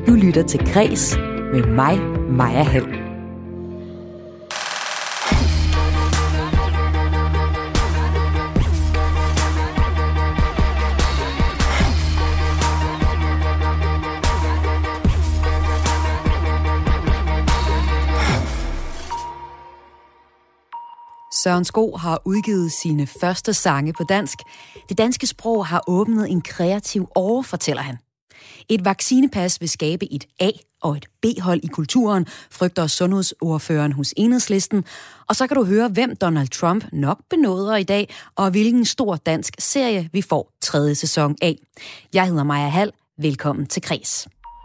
Du lytter til Græs med mig, Maja Hall. Søren Sko har udgivet sine første sange på dansk. Det danske sprog har åbnet en kreativ åre, fortæller han. Et vaccinepas vil skabe et A- og et B-hold i kulturen, frygter sundhedsordføreren hos Enhedslisten. Og så kan du høre, hvem Donald Trump nok benåder i dag, og hvilken stor dansk serie vi får 3. sæson af. Jeg hedder Maja Hall. Velkommen til Kres.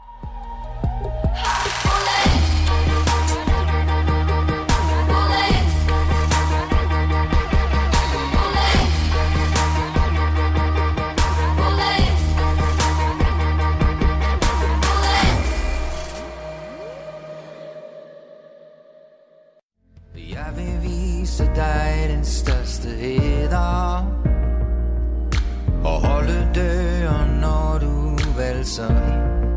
Jeg vil vise dig den største hæder og holde døren, når du valser ind.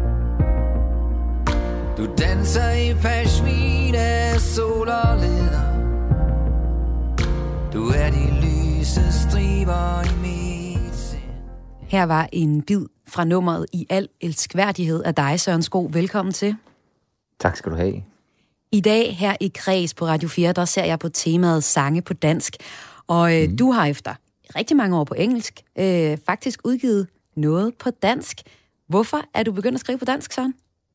Du danser i pashmina, sol og leder. Du er de lyse striber i mit sind. Her var en bid fra nummeret I al elskværdighed af dig, Søren Sko. Velkommen til. Tak skal du have. I dag her i Kres på Radio 4, der ser jeg på temaet sange på dansk. Og du har efter rigtig mange år på engelsk faktisk udgivet noget på dansk. Hvorfor er du begyndt at skrive på dansk, Søren?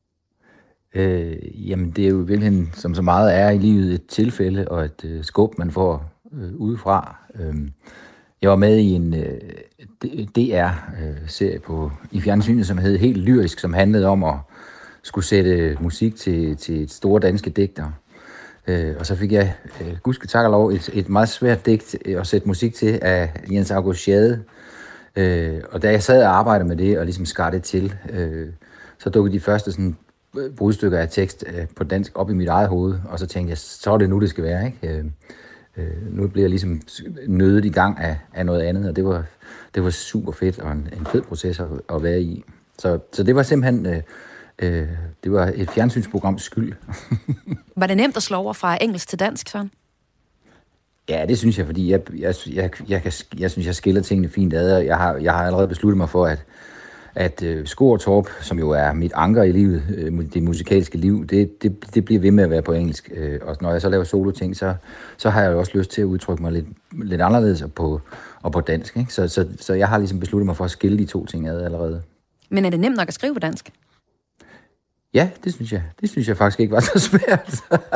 Jamen, det er jo virkelig, som så meget er i livet, et tilfælde og et skub, man får udefra. Jeg var med i en DR-serie i fjernsynet, som hed Helt Lyrisk, som handlede om at skulle sætte musik til store danske digtere. Og så fik jeg, gudske tak og lov, et meget svært digt at sætte musik til af Jens August Schade. Og da jeg sad og arbejdede med det og ligesom skar det til, så dukkede de første sådan brudstykker af tekst på dansk op i mit eget hoved, og så tænkte jeg, så er det nu, det skal være, ikke? Nu bliver jeg ligesom nødet i gang af noget andet, og det var super fedt og en fed proces at være i. Så det var simpelthen... det var et fjernsynsprograms skyld. Var det nemt at slå over fra engelsk til dansk, sådan? Ja, det synes jeg, fordi jeg synes, jeg skiller tingene fint ad. Jeg har allerede besluttet mig for, at Skåretorp, som jo er mit anker i livet, det musikalske liv, det bliver ved med at være på engelsk. Og når jeg så laver solo-ting, så har jeg jo også lyst til at udtrykke mig lidt anderledes og på dansk. Ikke? Så jeg har ligesom besluttet mig for at skille de to ting ad allerede. Men er det nemt nok at skrive på dansk? Ja, det synes jeg. Det synes jeg faktisk ikke var så svært.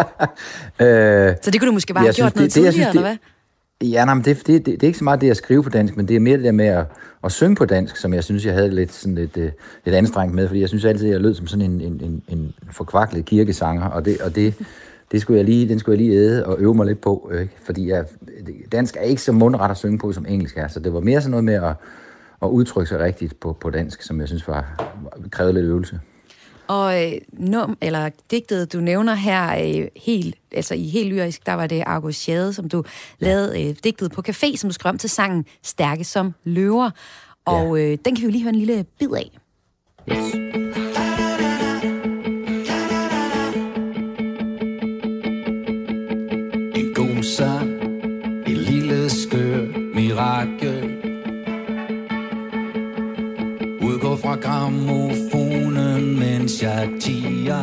Så det kunne du måske bare have gjort noget tidligere, eller hvad? Ja, nej, men det er ikke så meget det at skrive på dansk, men det er mere det der med at synge på dansk, som jeg synes, jeg havde lidt anstrengt med, fordi jeg synes altid, jeg lød som sådan en forkvaklet kirkesanger, og den skulle jeg lige æde og øve mig lidt på, ikke? Fordi dansk er ikke så mundret at synge på, som engelsk er, så det var mere sådan noget med at udtrykke sig rigtigt på dansk, som jeg synes krævede lidt øvelse. Og digtet, du nævner her, i Helt Lyrisk, der var det August Schade, som du lavede digtet på café, som du skrev om til sangen Stærke som løver. Og den kan vi jo lige høre en lille bid af. Yes. En god sang, en lille skør mirakel, udgår fra grammofonen, mens jeg tiger.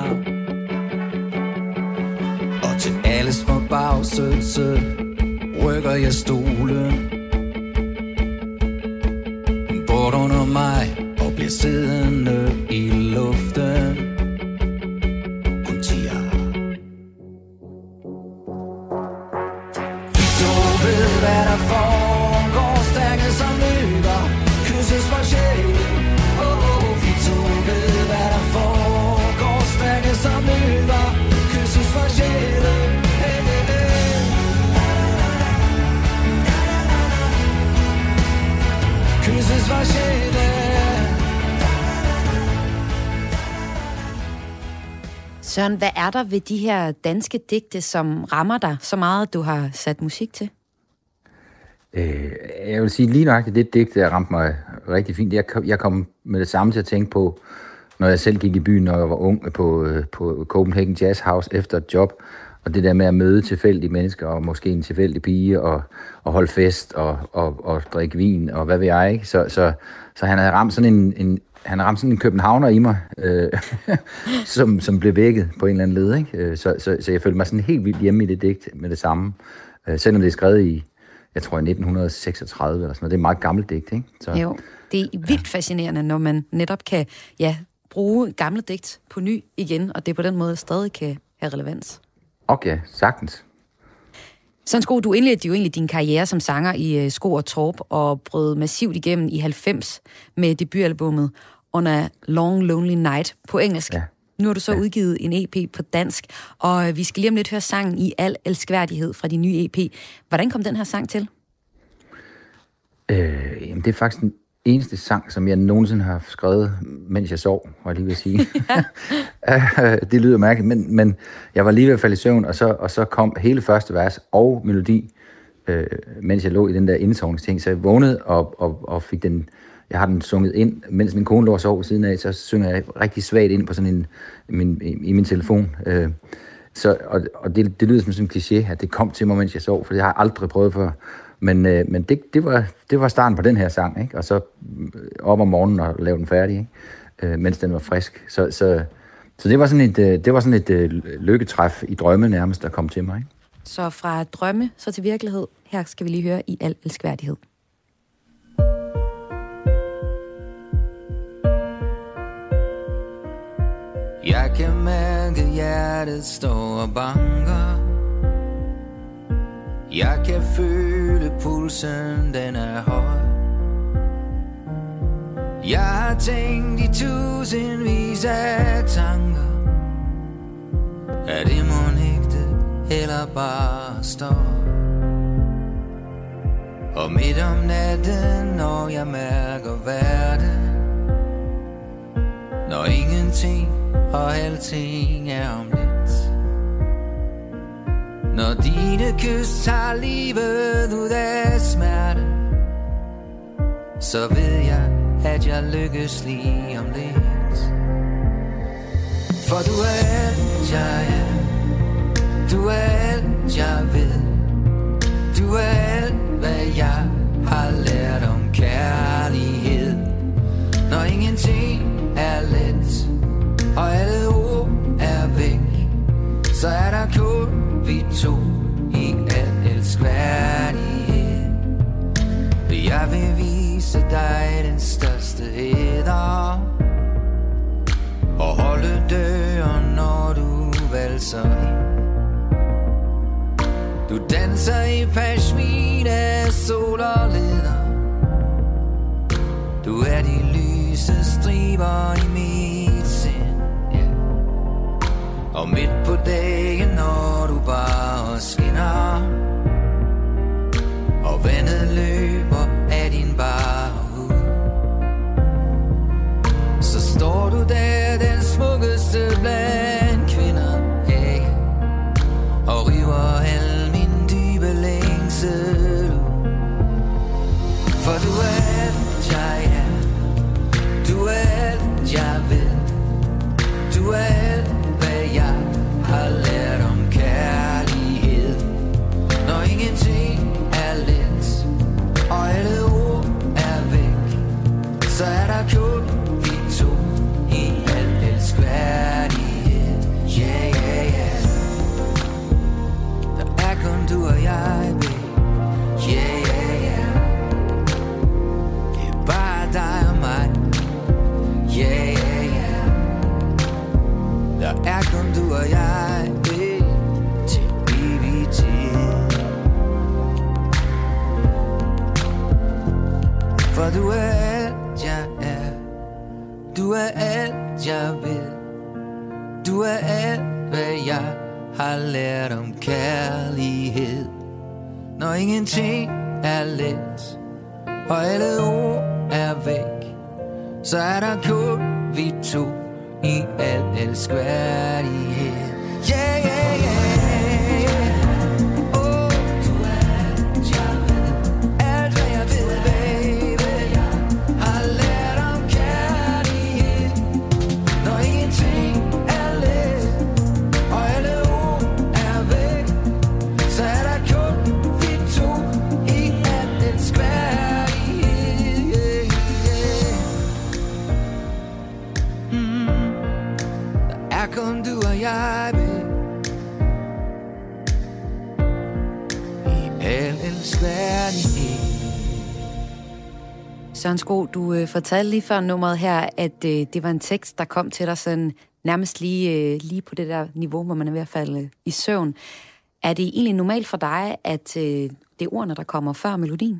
Og til alles forbavselse rykker jeg stolen bort under mig og bliver siddende i luften. Hun tiger. Vi to ved, hvad der foregår, stærke som løver, kysses for sjælen. Vi to ved, hvad der foregår, stærke som løver, kysses for sjælen. Kysses for sjælen. Søren, hvad er der ved de her danske digte, som rammer dig så meget, du har sat musik til? Jeg vil sige lige nøjagtigt, det digt, der ramte mig rigtig fint. Jeg kom med det samme til at tænke på når jeg selv gik i byen, når jeg var ung, på Copenhagen Jazz House efter et job, og det der med at møde tilfældige mennesker, og måske en tilfældig pige, og holde fest, og drikke vin, og hvad ved jeg, ikke? Så han havde ramt sådan en københavner i mig, som blev vækket på en eller anden led, ikke? Så jeg følte mig sådan helt vildt hjemme i det digt med det samme. Selvom det er skrevet i, jeg tror i 1936 eller sådan noget. Det er et meget gammelt digt, ikke? Så, jo, det er vildt fascinerende, når man netop kan bruge gamle digt på ny igen, og det på den måde stadig kan have relevans. Okay, sagtens. Sådan Sko, du indledte jo egentlig din karriere som sanger i Sko og Torp og brød massivt igennem i 90 med debutalbummet On a Long Lonely Night på engelsk. Ja. Nu har du så udgivet en EP på dansk, og vi skal lige om lidt høre sangen I Al Elskværdighed fra din nye EP. Hvordan kom den her sang til? Jamen, det er faktisk den eneste sang, som jeg nogensinde har skrevet, mens jeg sov, var jeg lige ved at sige. Det lyder mærkeligt, men jeg var lige ved at falde i søvn, og så kom hele første vers og melodi, mens jeg lå i den der indsovningsting. Så jeg vågnede og fik den. Jeg har den sunget ind, mens min kone lå og sov ved siden af, så synger jeg rigtig svagt ind på sådan i min telefon. Og det lyder som sådan en kliché, at det kom til mig, mens jeg sov, for det har jeg aldrig prøvet før. Men det var starten på den her sang, ikke? Og så op om morgenen og lave den færdig, ikke? Mens den var frisk. Så det var sådan et lykketræf i drømme nærmest, der kom til mig, ikke? Så fra drømme så til virkelighed. Her skal vi lige høre I Al Elskværdighed. Jeg kan mærke hjertet står og banker. Jeg kan føle pulsen, den er høj. Jeg har tænkt i tusindvis af tanker. Er det mon ægte eller bare støj? Og midt om natten, når jeg mærker verden, når ingenting og alting er om lidt, når dine kys tager livet ud af smerte, så ved jeg, at jeg lykkes lige om lidt. For du er alt jeg er, du er alt jeg ved, du er alt hvad jeg har lært om kærlighed. Når ingenting er let og alle ord er væk, så er der kun vi to i al elskværdighed. Jeg vil vise dig den største æder og holde døren, når du valser ind. Du danser i pashmin af sol og leder. Du er de lyse striber i mit sind, yeah. Og midt på dagen, når du bare skinner og vandet løber af din bare hud, så står du der, den smukkeste blandt kvinder, hey, og river al min dybe længsel ud. For du er alt jeg er, du er alt jeg ved, du er alt hvad jeg har lært om kærlighed. Når ingenting er let og alle ord er væk, så er der kun vi to i al elskværdighed. Yeah, yeah, yeah. Der er kun du og jeg, babe. Yeah, yeah, yeah. Det er bare dig og mig. Yeah, yeah, yeah. Der er kun du og jeg, babe, til evigtid. For du er alt jeg er, du er alt jeg ved, du er alt hvad jeg har lært om kærlighed. Når ingenting er let og alle ord er væk, så er der kun vi to i al elskværdighed. Yeah, yeah, yeah. jeg vil. I al elskværdighed. Søren Sko, du fortalte lige før nummeret her, at det var en tekst, der kom til dig sådan nærmest lige på det der niveau, hvor man er ved at falde i søvn. Er det egentlig normalt for dig, at det er ordene, der kommer før melodien?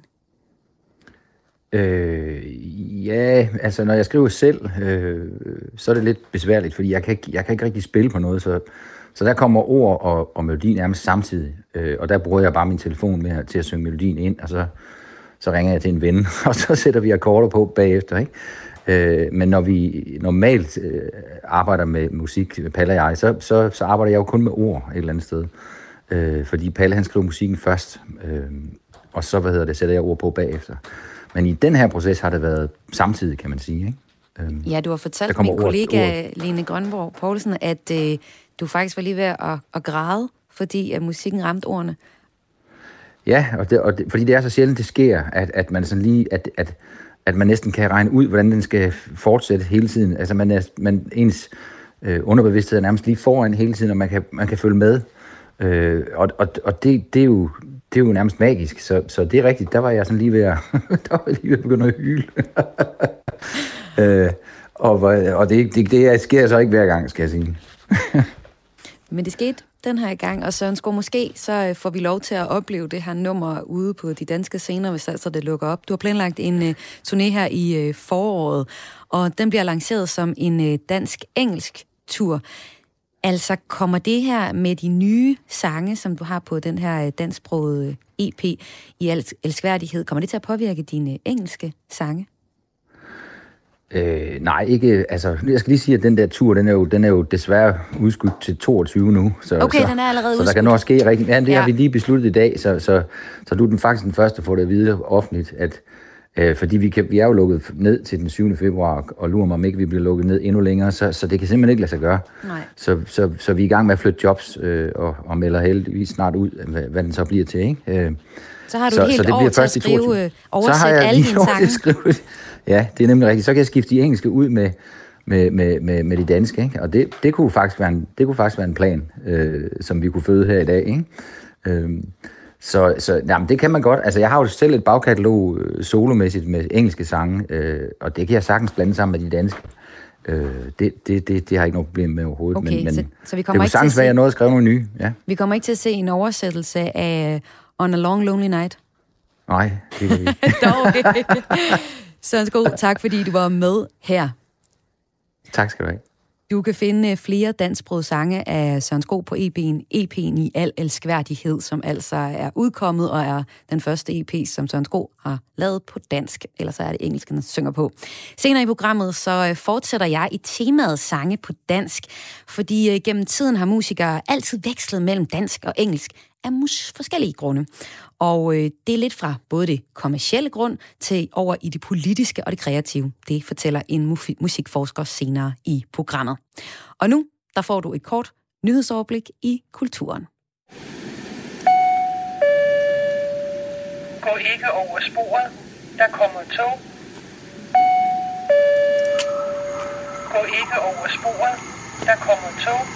Ja, altså når jeg skriver selv, så er det lidt besværligt, fordi jeg kan ikke rigtig spille på noget, så der kommer ord og melodi nærmest samtidig, og der bruger jeg bare min telefon med til at synge melodien ind, og så ringer jeg til en ven, og så sætter vi akkorder på bagefter, ikke? Men når vi normalt arbejder med musik, Palle og jeg, så arbejder jeg jo kun med ord et eller andet sted, fordi Palle han skriver musikken først, og så sætter jeg ord på bagefter. Men i den her proces har det været samtidig, kan man sige, ikke? Ja, du har fortalt min kollega Lene Grønborg Poulsen, at du faktisk var lige ved at græde, fordi at musikken ramte ordene. Ja, fordi det er så sjældent, det sker, at man sådan lige, at man næsten kan regne ud, hvordan den skal fortsætte hele tiden. Altså ens underbevidsthed er nærmest lige foran hele tiden, og man kan følge med. Og det er jo nærmest magisk, så det er rigtigt. Der var jeg sådan lige ved at begynde at hyle. Og det sker så ikke hver gang, skal jeg sige. Men det skete den her gang, og Søren Sko, måske så får vi lov til at opleve det her nummer ude på de danske scener, hvis altså det lukker op. Du har planlagt en turné her i foråret, og den bliver lanceret som en dansk-engelsk tur. Altså, kommer det her med de nye sange, som du har på den her dansksprogede EP i al elskværdighed, kommer det til at påvirke dine engelske sange? Nej, ikke. Altså, jeg skal lige sige, at den der tur, den er jo desværre udskudt til 22 nu. Okay, den er allerede udskudt. Så der kan nok ske rigtig. Ja, det har vi lige besluttet i dag, så du er den faktisk den første, der får det at vide offentligt, at fordi vi er jo lukket ned til den 7. februar, og lurer mig om ikke, vi bliver lukket ned endnu længere, så det kan simpelthen ikke lade sig gøre. Nej. Så vi er i gang med at flytte jobs, og melder heldigvis snart ud, hvad den så bliver til, ikke? Så har du et helt år til at skrive, oversætte alle dine sange. Ja, det er nemlig rigtigt. Så kan jeg skifte de engelske ud med de danske, ikke? Og det kunne faktisk være en plan, som vi kunne føde her i dag, ikke? Så jamen, det kan man godt. Altså, jeg har jo selv et bagkatalog solomæssigt med engelske sange, og det kan jeg sagtens blande sammen med de danske. Det har jeg ikke noget problem med overhovedet. Okay, men så vi kommer det kunne sagtens være, at jeg nåede at skrive nogle nye. Ja. Vi kommer ikke til at se en oversættelse af On a Long Lonely Night? Nej, det kan vi ikke. Okay. Søren Sko, tak fordi du var med her. Tak skal du have. Du kan finde flere dansksprogede sange af Søren Sko på EP'en i al elskværdighed, som altså er udkommet og er den første EP, som Søren Sko har lavet på dansk. Ellers er det engelsk, han synger på. Senere i programmet så fortsætter jeg i temaet sange på dansk, fordi gennem tiden har musikere altid vekslet mellem dansk og engelsk af forskellige grunde. Og det er lidt fra både det kommercielle grund til over i det politiske og det kreative. Det fortæller en musikforsker senere i programmet. Og nu, der får du et kort nyhedsoverblik i kulturen. Gå ikke over sporet. Der kommer tog. Gå ikke over sporet. Der kommer tog.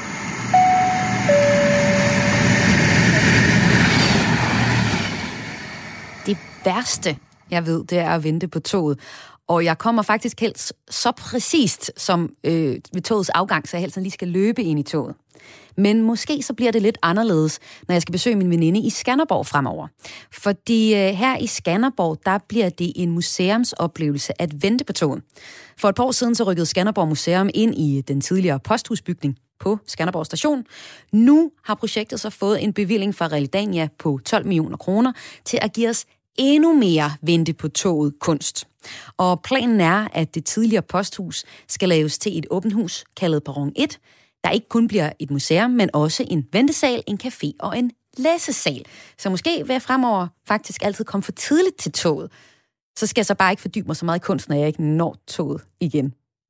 Det værste, jeg ved, det er at vente på toget. Og jeg kommer faktisk helst så præcist som ved togets afgang, så jeg helst lige skal løbe ind i toget. Men måske så bliver det lidt anderledes, når jeg skal besøge min veninde i Skanderborg fremover. Fordi her i Skanderborg, der bliver det en museumsoplevelse at vente på toget. For et par år siden så rykkede Skanderborg Museum ind i den tidligere posthusbygning på Skanderborg Station. Nu har projektet så fået en bevilling fra Realdania på 12 millioner kroner til at give os endnu mere vente på toget kunst. Og planen er, at det tidligere posthus skal laves til et åbent hus kaldet Perron 1, der ikke kun bliver et museum, men også en ventesal, en café og en læsesal. Så måske vil jeg fremover faktisk altid komme for tidligt til toget. Så skal jeg så bare ikke fordybe mig så meget i kunst, når jeg ikke når toget igen.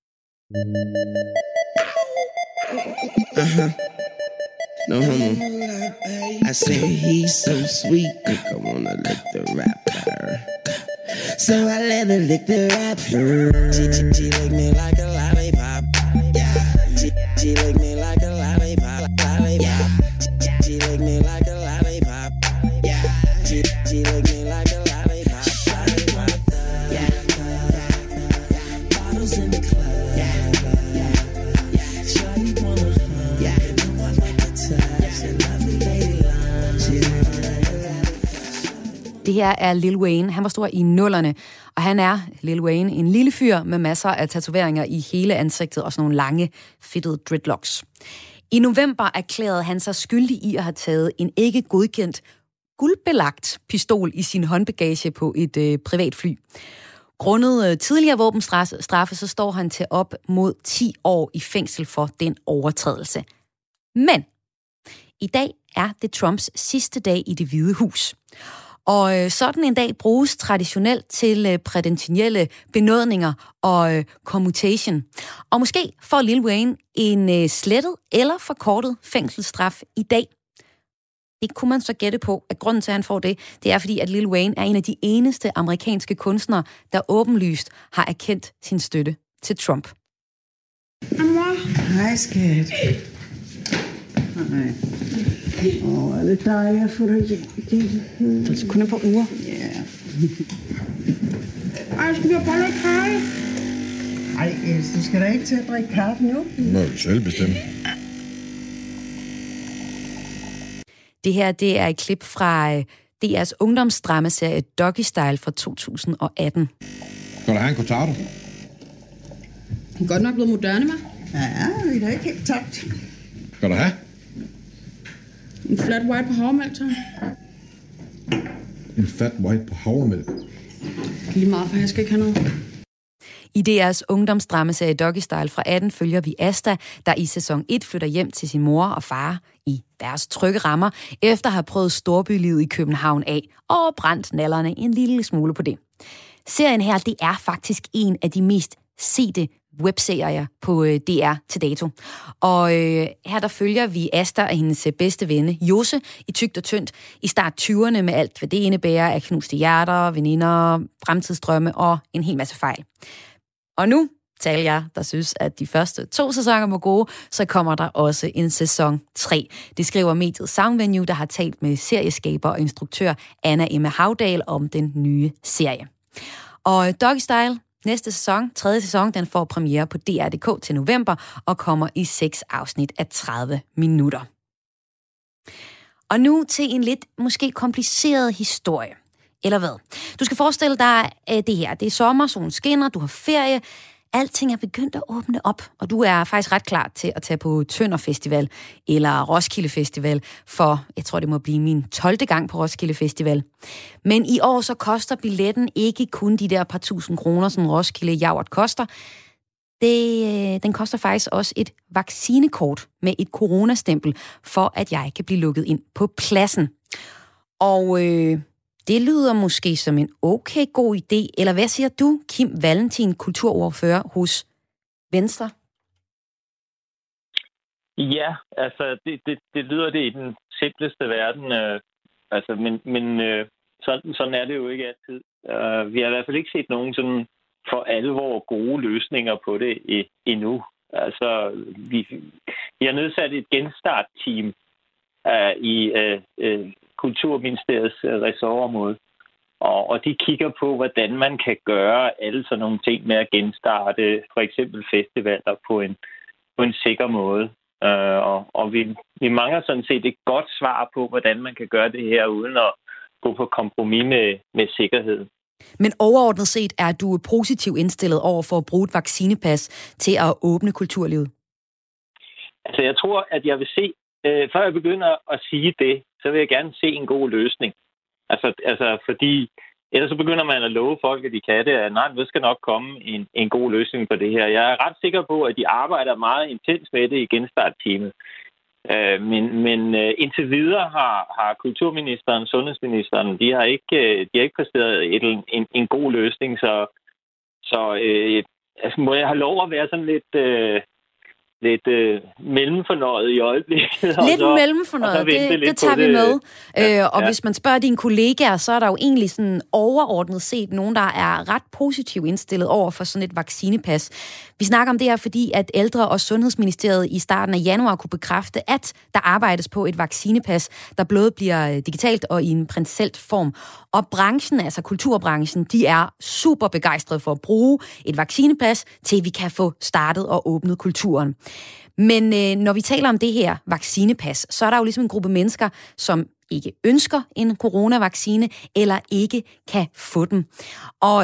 No homo. I say he's so sweet, I wanna lick the rapper. So I let her lick the rapper. She lick me like a lollipop. Yeah. She lick me like a lollipop. was in the club. Shawty wanna hug. Know I like the touch and lovely lady lunch. Det her er Lil Wayne. Han var stor i 00'erne, og han er, Lil Wayne, en lille fyr med masser af tatoveringer i hele ansigtet og sådan nogle lange, fedtede dreadlocks. I november erklærede han sig skyldig i at have taget en ikke godkendt, guldbelagt pistol i sin håndbagage på et privatfly. Grundet tidligere våbenstraffe, så står han til op mod 10 år i fængsel for den overtrædelse. Men i dag er det Trumps sidste dag i Det Hvide Hus. Og sådan en dag bruges traditionelt til præsidentielle benådninger og commutation. Og måske får Lil Wayne en slettet eller forkortet fængselsstraf i dag. Det kunne man så gætte på, at grunden til, at han får det, det er fordi, at Lil Wayne er en af de eneste amerikanske kunstnere, der åbenlyst har erkendt sin støtte til Trump. Hej, skat. Hej. Åh, er det dejligt at få dig igen? Det er kun et par uger. Ja. Ej, skal vi have bolle og kaffe? Ej, du skal da ikke til at drikke kaffe nu? Må du selv bestemme. Det her, det er et klip fra DR's ungdomsdramaserie Doggy Style fra 2018. Skal du have en cortado? Godt nok blevet moderne, med. Ja, vi er da ikke helt tabt. Skal du have? En flat white på havremælk, så. En fat white på havremælk? Lige meget, for jeg skal ikke have noget. I DR's ungdomsdramaserie Doggy Style fra 18 følger vi Asta, der i sæson 1 flytter hjem til sin mor og far i deres trygge rammer, efter at have prøvet storbylivet i København af og brændt nallerne en lille smule på det. Serien her, det er faktisk en af de mest sete webserier på DR til dato. Og her der følger vi Asta og hendes bedste venne, Jose, i tykt og tyndt, i start 20'erne med alt, hvad det indebærer af knuste hjerter, veninder, fremtidsdrømme og en hel masse fejl. Og nu til jer, der synes, at de første 2 sæsoner var gode, så kommer der også en sæson 3. Det skriver mediet Soundvenue, der har talt med serieskaber og instruktør Anna Emma Havdal om den nye serie. Og Doggy Style, næste sæson, 3. sæson, den får premiere på DR.dk til november og kommer i 6 afsnit af 30 minutter. Og nu til en lidt måske kompliceret historie. Eller hvad? Du skal forestille dig det her. Det er sommer, solen skinner, du har ferie. Alting er begyndt at åbne op, og du er faktisk ret klar til at tage på Tønder Festival eller Roskilde Festival, for jeg tror, det må blive min 12. gang på Roskilde Festival. Men i år så koster billetten ikke kun de der par tusind kroner, som Roskilde Javert koster. Den koster faktisk også et vaccinekort med et coronastempel, for at jeg kan blive lukket ind på pladsen. Og det lyder måske som en okay god idé. Eller hvad siger du, Kim Valentin, kulturordfører hos Venstre? Ja, altså det lyder det i den simpleste verden. Men sådan er det jo ikke altid. Vi har i hvert fald ikke set nogen sådan for alvor gode løsninger på det endnu. Altså, vi har nedsat et genstartteam i Kulturministeriets ressortområde. Og de kigger på, hvordan man kan gøre alle sådan nogle ting med at genstarte for eksempel festivaler på en sikker måde. Og vi mangler sådan set et godt svar på, hvordan man kan gøre det her uden at gå på kompromis med sikkerhed. Men overordnet set er du positivt indstillet over for at bruge et vaccinepas til at åbne kulturlivet? Altså jeg tror, at jeg vil se, før jeg begynder at sige det, så vil jeg gerne se en god løsning. Altså fordi ellers så begynder man at love folk, at de kan det. Nej, der skal nok komme en god løsning på det her. Jeg er ret sikker på, at de arbejder meget intens med det i genstartteamet. Men indtil videre har kulturministeren og sundhedsministeren, de har ikke præsteret en god løsning. Så må jeg have lov at være sådan lidt mellemfornøjet i øjeblikket. Lidt mellemfornøjet, det tager vi med. Og hvis man spørger dine kollegaer, så er der jo egentlig sådan overordnet set nogen, der er ret positivt indstillet over for sådan et vaccinepas. Vi snakker om det her, fordi at Ældre- og Sundhedsministeriet i starten af januar kunne bekræfte, at der arbejdes på et vaccinepas, der både bliver digitalt og i en printselt form. Og branchen, altså kulturbranchen, de er super begejstrede for at bruge et vaccinepas, til vi kan få startet og åbnet kulturen. Men når vi taler om det her vaccinepas, så er der jo ligesom en gruppe mennesker, som ikke ønsker en coronavaccine, eller ikke kan få den. Og,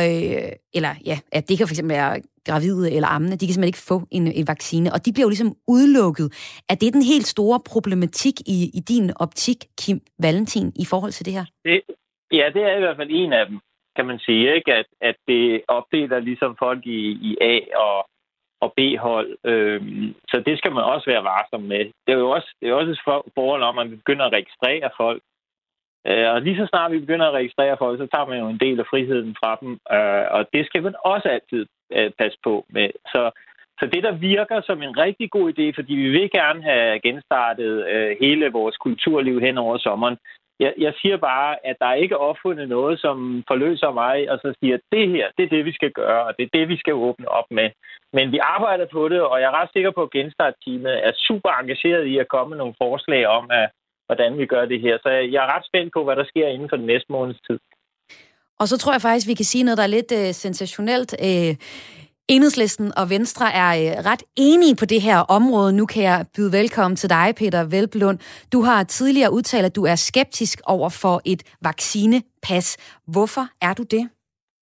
at det kan for eksempel være gravide eller ammende, de kan simpelthen ikke få en vaccine, og de bliver jo ligesom udelukket. Er det den helt store problematik i din optik, Kim Valentin, i forhold til det her? Det er i hvert fald en af dem, kan man sige, ikke? At det opdeler ligesom folk i A- og B-hold. Så det skal man også være varsom med. Det er jo også et forhold om, at vi begynder at registrere folk. Og lige så snart vi begynder at registrere folk, så tager man jo en del af friheden fra dem. Og det skal man også altid passe på med. Så det, der virker som en rigtig god idé, fordi vi vil gerne have genstartet hele vores kulturliv hen over sommeren. Jeg siger bare, at der ikke er opfundet noget, som forløser mig, og så siger, at det her, det er det, vi skal gøre, og det er det, vi skal åbne op med. Men vi arbejder på det, og jeg er ret sikker på, at genstartteamet er super engageret i at komme med nogle forslag om, hvordan vi gør det her. Så jeg er ret spændt på, hvad der sker inden for den næste måneds tid. Og så tror jeg faktisk, vi kan sige noget, der er lidt sensationelt. Enhedslisten og Venstre er ret enige på det her område. Nu kan jeg byde velkommen til dig, Peter Hvelplund. Du har tidligere udtalt, at du er skeptisk over for et vaccinepas. Hvorfor er du det?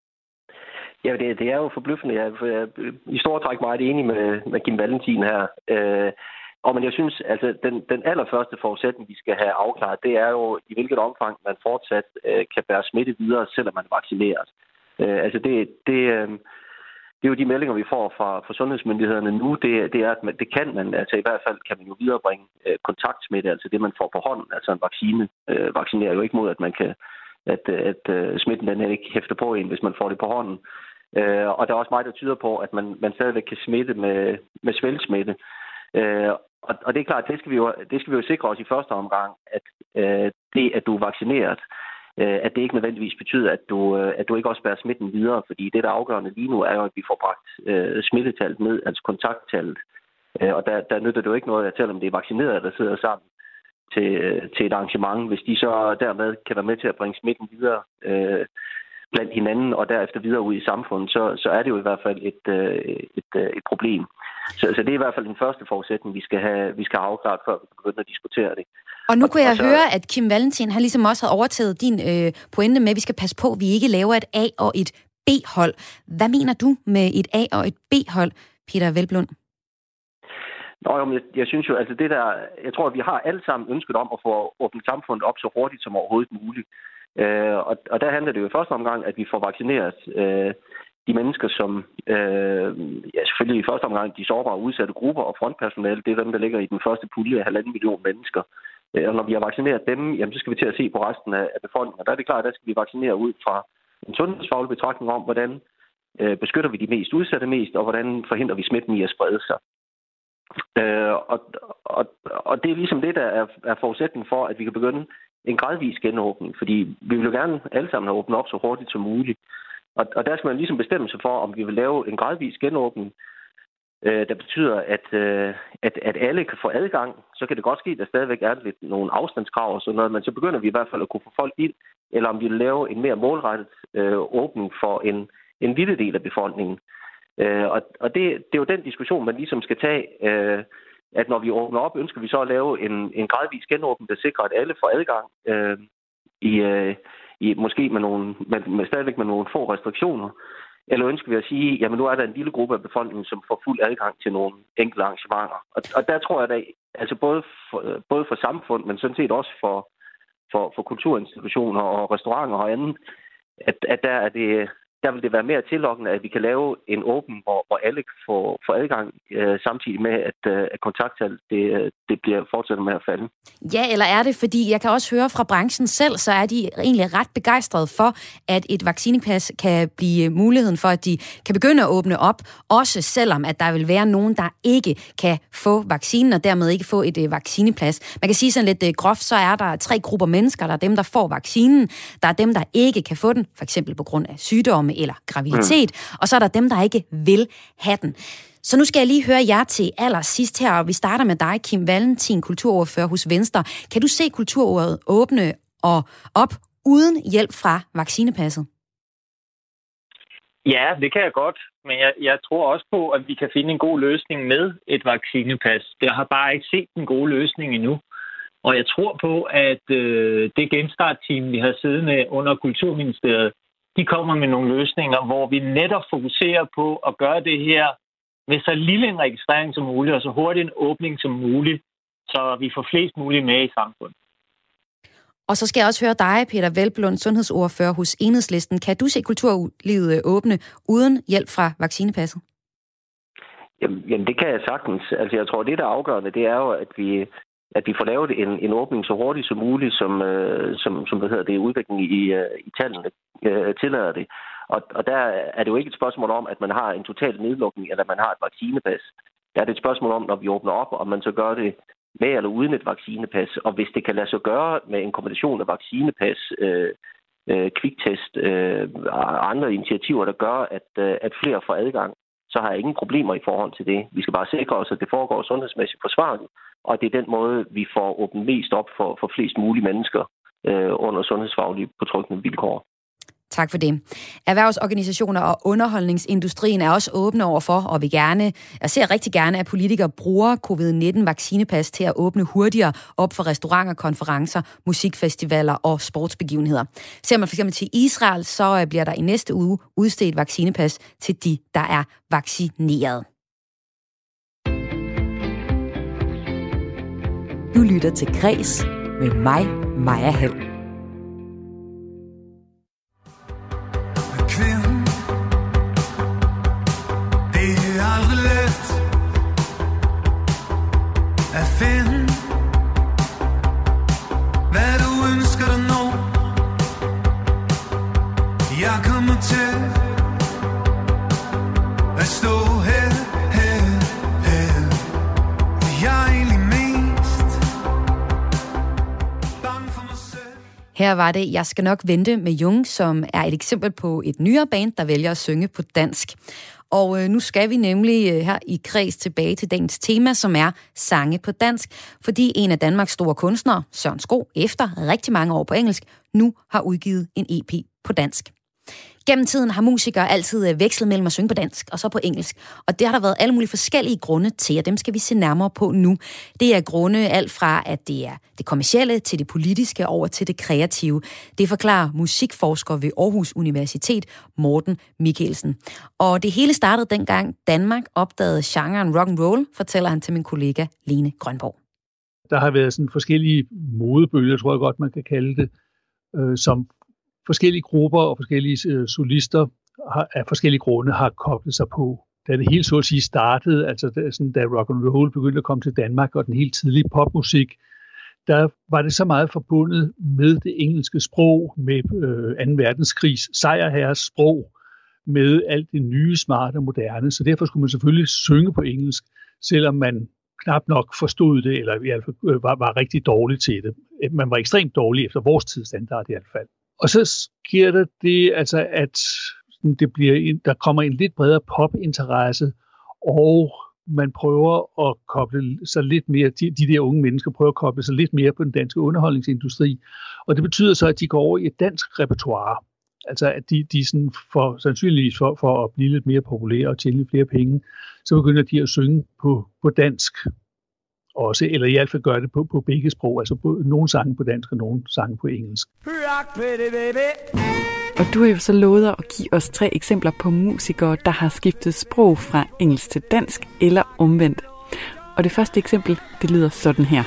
Ja, det er jo forbløffende. Jeg er i stort træk meget enig med Kim Valentin her. Men jeg synes, altså den allerførste forudsætning, vi skal have afklaret, det er jo, i hvilket omfang man fortsat kan bære smitte videre, selvom man er vaccineret. Det er jo de meldinger, vi får fra sundhedsmyndighederne nu, det er, at det kan man, altså i hvert fald kan man jo viderebringe kontaktsmitte, altså det, man får på hånden, altså en vaccine vaccinerer jo ikke mod, at man kan, at smitten den ikke hæfter på en, hvis man får det på hånden. Og der er også meget, der tyder på, at man stadigvæk kan smitte med svælgsmitte. Og det er klart, det skal vi jo sikre os i første omgang, at det, at du er vaccineret, at det ikke nødvendigvis betyder, at du ikke også bærer smitten videre, fordi det, der er afgørende lige nu, er jo, at vi får bragt smittetallet ned, altså kontakttallet. Og der nytter det jo ikke noget, at selvom det er vaccinerede, der sidder sammen til et arrangement, hvis de så dermed kan være med til at bringe smitten videre blandt hinanden og derefter videre ud i samfundet, så er det jo i hvert fald et problem. Så det er i hvert fald den første forudsætning, vi skal have afklaret, før vi begynder at diskutere det. Og nu kunne jeg høre, at Kim Valentin har ligesom også overtaget din pointe med, at vi skal passe på, at vi ikke laver et A- og et B-hold. Hvad mener du med et A- og et B-hold, Peter Hvelplund? Jeg synes jo, altså det der, jeg tror, at vi har alle sammen ønsket om at få åbnet samfundet op så hurtigt som overhovedet muligt. Og der handler det jo i første omgang, at vi får vaccineret de mennesker, som selvfølgelig i første omgang de sårbare og udsatte grupper og frontpersonale, det er dem, der ligger i den første pulje af 1,5 million mennesker. Og når vi har vaccineret dem, jamen, så skal vi til at se på resten af befolkningen. Og der er det klart, at der skal vi vaccinere ud fra en sundhedsfaglig betragtning om, hvordan beskytter vi de mest udsatte mest, og hvordan forhindrer vi smitten i at sprede sig. Og det er ligesom det, der er forudsætning for, at vi kan begynde en gradvis genåbning, fordi vi vil jo gerne alle sammen have åbnet op så hurtigt som muligt. Og der skal man ligesom bestemme sig for, om vi vil lave en gradvis genåbning, der betyder, at alle kan få adgang. Så kan det godt ske, at der stadigvæk er lidt nogle afstandskrav og sådan noget, men så begynder vi i hvert fald at kunne få folk ind, eller om vi vil lave en mere målrettet åbning for en lille del af befolkningen. Og det er jo den diskussion, man ligesom skal tage, at når vi åbner op, ønsker vi så at lave en gradvis genåbning, der sikrer, at alle får adgang måske stadigvæk med nogle få restriktioner, eller ønsker vi at sige, jamen nu er der en lille gruppe af befolkningen, som får fuld adgang til nogle enkelte arrangementer. Og der tror jeg, at altså både for samfund, men sådan set også for kulturinstitutioner og restauranter og andet, at der er der vil det være mere tillokkende, at vi kan lave en åben, hvor alle får adgang, samtidig med, at kontakttal det bliver fortsat med at falde. Ja, eller er det, fordi jeg kan også høre fra branchen selv, så er de egentlig ret begejstrede for, at et vaccinepas kan blive muligheden for, at de kan begynde at åbne op, også selvom at der vil være nogen, der ikke kan få vaccinen, og dermed ikke få et vaccinepas. Man kan sige sådan lidt groft, så er der 3 grupper mennesker. Der er dem, der får vaccinen, der er dem, der ikke kan få den, for eksempel på grund af sygdomme eller graviditet, og så er der dem, der ikke vil have den. Så nu skal jeg lige høre jer til allersidst her, og vi starter med dig, Kim Valentin, kulturordfører hos Venstre. Kan du se kulturåret åbne og op uden hjælp fra vaccinepasset? Ja, det kan jeg godt, men jeg tror også på, at vi kan finde en god løsning med et vaccinepas. Jeg har bare ikke set den gode løsning endnu. Og jeg tror på, at det genstartteam, vi har siddende under Kulturministeriet, de kommer med nogle løsninger, hvor vi netop fokuserer på at gøre det her med så lille en registrering som muligt, og så hurtig en åbning som muligt, så vi får flest muligt med i samfundet. Og så skal jeg også høre dig, Peter Hvelplund, sundhedsordfører hos Enhedslisten. Kan du se kulturlivet åbne uden hjælp fra vaccinepasset? Jamen, det kan jeg sagtens. Altså, jeg tror, det der er afgørende, det er jo, at vi får lavet en åbning så hurtigt som muligt, som udviklingen i tallene tillader det. Og der er det jo ikke et spørgsmål om, at man har en total nedlukning, eller man har et vaccinepas. Der er det et spørgsmål om, når vi åbner op, om man så gør det med eller uden et vaccinepas. Og hvis det kan lade sig gøre med en kombination af vaccinepas, kviktest og andre initiativer, der gør, at flere får adgang, så har jeg ingen problemer i forhold til det. Vi skal bare sikre os, at det foregår sundhedsmæssigt forsvarligt, og det er den måde, vi får åbnet mest op for flest mulige mennesker under sundhedsfaglige betryggende vilkår. Tak for det. Erhvervsorganisationer og underholdningsindustrien er også åbne overfor, og jeg ser rigtig gerne, at politikere bruger covid-19-vaccinepas til at åbne hurtigere op for restauranter, konferencer, musikfestivaler og sportsbegivenheder. Ser man f.eks. til Israel, så bliver der i næste uge udstedt vaccinepas til de, der er vaccineret. Du lytter til Græs med mig, Maja Hall. At finde, hvad du ønsker dig nå. Jeg kommer til at stå her. Jeg er egentlig mest bange for mig selv. Her var det Jeg skal nok vente med Jung, som er et eksempel på et nyere band, der vælger at synge på dansk. Og nu skal vi nemlig her i Kreds tilbage til dagens tema, som er sange på dansk, fordi en af Danmarks store kunstnere, Søren Sko, efter rigtig mange år på engelsk, nu har udgivet en EP på dansk. Gennem tiden har musikere altid vekslet mellem at synge på dansk og så på engelsk, og det har der været alle mulige forskellige grunde til, og dem skal vi se nærmere på nu. Det er grunde alt fra, at det er det kommercielle til det politiske over til det kreative. Det forklarer musikforsker ved Aarhus Universitet, Morten Mikkelsen. Og det hele startede dengang Danmark opdagede genren rock'n'roll, fortæller han til min kollega Lene Grønborg. Der har været sådan forskellige modebølger, tror jeg godt, man kan kalde det, som forskellige grupper og forskellige solister af forskellige grunde har koblet sig på. Da det hele så at sige startede, altså da rock and roll begyndte at komme til Danmark og den helt tidlige popmusik, der var det så meget forbundet med det engelske sprog, med 2. verdenskrigs sejrherres sprog, med alt det nye, smarte og moderne. Så derfor skulle man selvfølgelig synge på engelsk, selvom man knap nok forstod det, eller i hvert fald var rigtig dårlig til det. Man var ekstremt dårlig efter vores tidsstandard i hvert fald. Og så sker der det, altså at der kommer en lidt bredere popinteresse, og man prøver at koble sig lidt mere, de der unge mennesker prøver at koble sig lidt mere på den danske underholdningsindustri. Og det betyder så, at de går over i et dansk repertoire. Altså at de sådan sandsynligvis for at blive lidt mere populære og tjene flere penge, så begynder de at synge på dansk også, eller i hvert fald gøre det på begge sprog, altså nogle sange på dansk og nogle sange på engelsk. Og du har jo så lovet at give os 3 eksempler på musikere, der har skiftet sprog fra engelsk til dansk eller omvendt. Og det første eksempel, det lyder sådan her.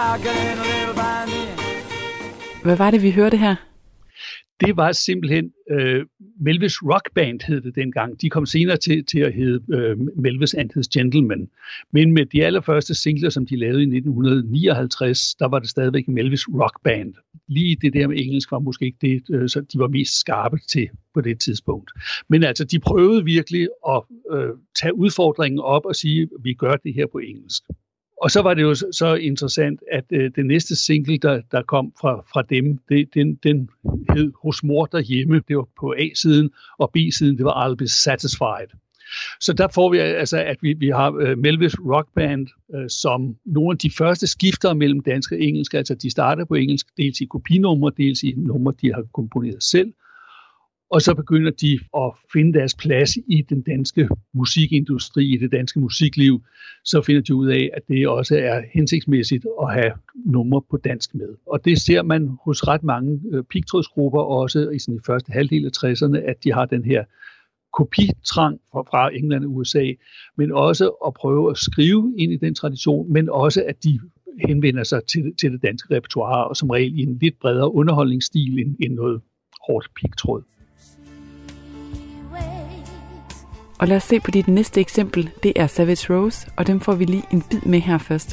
Hvad var det, vi hørte her? Det var simpelthen Melvis Rock Band hed det dengang. De kom senere til at hedde Melvis and His Gentlemen. Men med de allerførste singler, som de lavede i 1959, der var det stadigvæk Melvis Rock Band. Lige det der med engelsk var måske ikke det, så de var mest skarpe til på det tidspunkt. Men altså, de prøvede virkelig at tage udfordringen op og sige, at vi gør det her på engelsk. Og så var det jo så interessant, at det næste single, der kom fra dem, den hed Hos mor derhjemme. Det var på A-siden, og B-siden, det var I'll Be Satisfied. Så der får vi altså, at vi har Melvis Rock Band som nogle af de første skifter mellem dansk og engelsk. Altså de starter på engelsk, dels i kopinumre, dels i numre, de har komponeret selv. Og så begynder de at finde deres plads i den danske musikindustri, i det danske musikliv. Så finder de ud af, at det også er hensigtsmæssigt at have numre på dansk med. Og det ser man hos ret mange pigtrådsgrupper også i den første halvdel af 60'erne, at de har den her kopitrang fra England og USA, men også at prøve at skrive ind i den tradition, men også at de henvender sig til det danske repertoire, og som regel i en lidt bredere underholdningsstil end noget hårdt pigtråd. Og lad os se på dit næste eksempel. Det er Savage Rose, og dem får vi lige en bid med her først.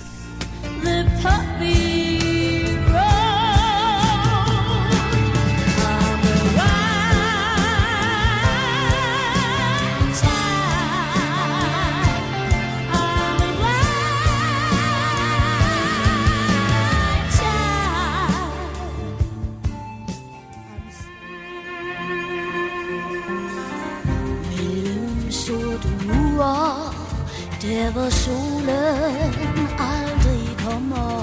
Der hvor solen aldrig kommer,